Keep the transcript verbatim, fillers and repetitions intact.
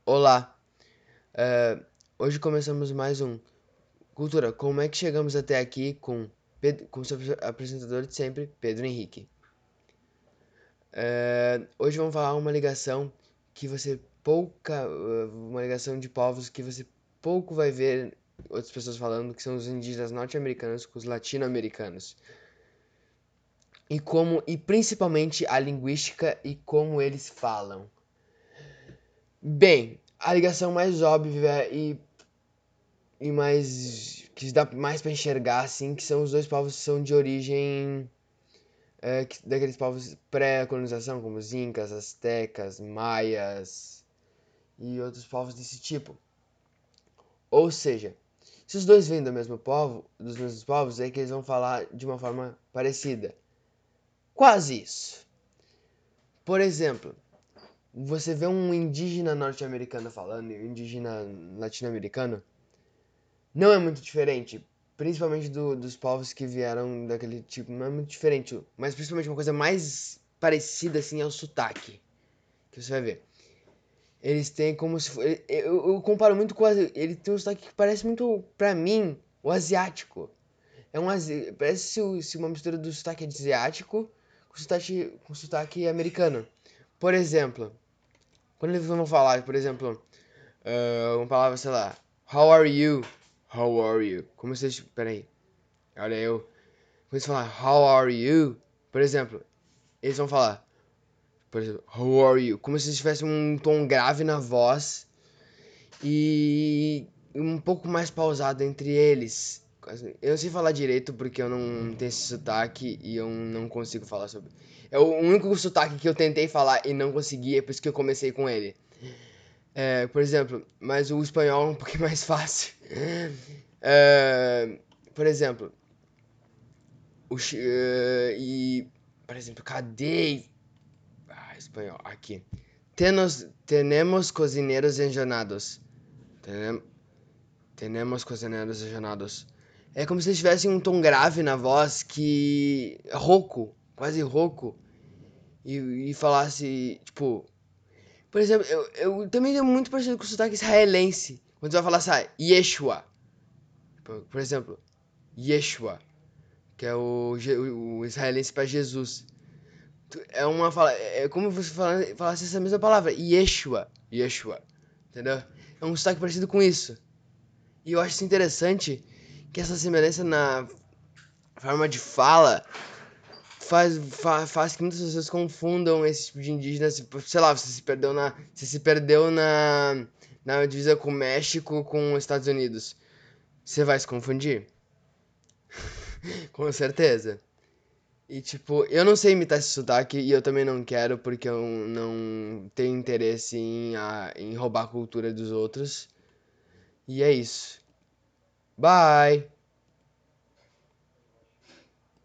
Olá, eh, hoje começamos mais um Cultura. Como é que chegamos até aqui com, Pedro, com seu apresentador de sempre, Pedro Henrique? Eh, hoje vamos falar uma ligação que você pouca, eh, uma ligação de povos que você pouco vai ver outras pessoas falando, que são os indígenas norte-americanos com os latino-americanos. E como, e principalmente a linguística e como eles falam. Bem, a ligação mais óbvia e e mais que dá mais pra enxergar assim, que são os dois povos que são de origem é, que- daqueles povos pré-colonização, como os incas, astecas, maias e outros povos desse tipo. Ou seja, se os dois vêm do mesmo povo, dos mesmos povos, é que eles vão falar de uma forma parecida. Quase isso. Por exemplo, você vê um indígena norte-americano falando e um indígena latino-americano, não é muito diferente, principalmente do- dos povos que vieram daquele tipo, não é muito diferente, mas principalmente uma coisa mais parecida assim é o sotaque, que você vai ver. Eles têm como se for, eu, eu comparo muito com o asi- ele tem um sotaque que parece muito pra mim o asiático. É um asi, parece se, o- se uma mistura do sotaque asiático com sotaque com sotaque americano. Por exemplo, quando eles vão falar, por exemplo, ah, uma palavra, sei lá, how are you? How are you? Como vocês, peraí. Olha, eu. Quando eles falar How are you? Por exemplo, eles vão falar, por exemplo, How are you? Como se tivesse um tom grave na voz e um pouco mais pausado entre eles. Eu não sei falar direito porque eu não tenho esse sotaque e eu não consigo falar sobre. É o único sotaque que eu tentei falar e não consegui, é por isso que eu comecei com ele. É, por exemplo, mas o espanhol é um pouquinho mais fácil. É, por exemplo, o, chi- eh, e, por exemplo, cadê? Ah, espanhol, aqui. Tenos, tenemos cozinheiros enjanados. Tenem, tenemos cozinheiros enjanados. É como se eles tivessem um tom grave na voz que. Rouco, quase rouco. E, e falasse, tipo. Por exemplo, eu, eu também tenho muito parecido com o sotaque israelense. Quando você vai falar assim, Yeshua. Por, por exemplo, Yeshua, que é o, Je- o, o israelense para Jesus. É uma fala. É como você fala, falasse essa mesma palavra. Yeshua. Yeshua. Entendeu? É um sotaque parecido com isso. E eu acho isso interessante que essa semelhança na forma de fala faz, fa, faz que muitas pessoas confundam esse tipo de indígena. Sei lá, você se perdeu na. Você se perdeu na. Na divisa com o México com os Estados Unidos. Você vai se confundir? Com certeza. E tipo, eu não sei imitar esse sotaque e eu também não quero porque eu não tenho interesse em, a, em roubar a cultura dos outros. E é isso. Bye!